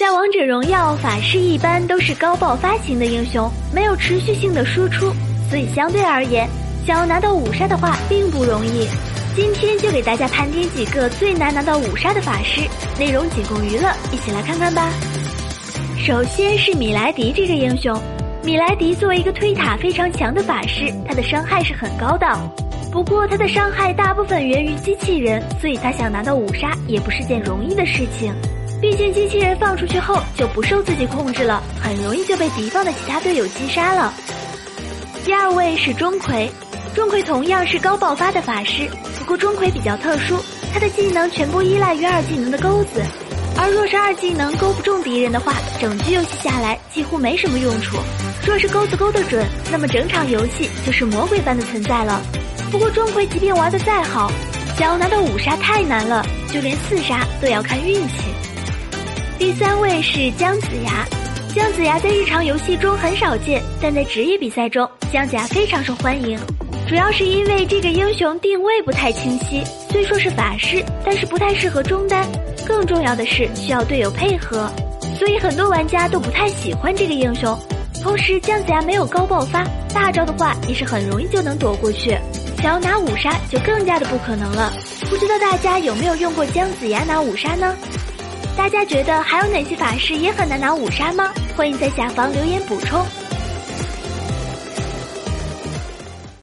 在王者荣耀，法师一般都是高爆发型的英雄，没有持续性的输出，所以相对而言，想要拿到5杀的话并不容易。今天就给大家盘点几个最难拿到5杀的法师，内容仅供娱乐，一起来看看吧。首先是米莱迪这个英雄，米莱迪作为一个推塔非常强的法师，他的伤害是很高的，不过他的伤害大部分源于机器人，所以他想拿到5杀也不是件容易的事情。毕竟机器人放出去后就不受自己控制了，很容易就被敌方的其他队友击杀了。第二位是钟馗，钟馗同样是高爆发的法师，不过钟馗比较特殊，他的技能全部依赖于2技能的钩子，而若是2技能勾不中敌人的话，整局游戏下来几乎没什么用处。若是钩子勾得准，那么整场游戏就是魔鬼般的存在了。不过钟馗即便玩得再好，想要拿到5杀太难了，就连4杀都要看运气。第3位是姜子牙，姜子牙在日常游戏中很少见，但在职业比赛中，姜子牙非常受欢迎，主要是因为这个英雄定位不太清晰，虽说是法师，但是不太适合中单，更重要的是需要队友配合，所以很多玩家都不太喜欢这个英雄。同时姜子牙没有高爆发，大招的话也是很容易就能躲过去，想要拿5杀就更加的不可能了。不知道大家有没有用过姜子牙拿5杀呢？大家觉得还有哪些法师也很难拿5杀吗？欢迎在下方留言补充。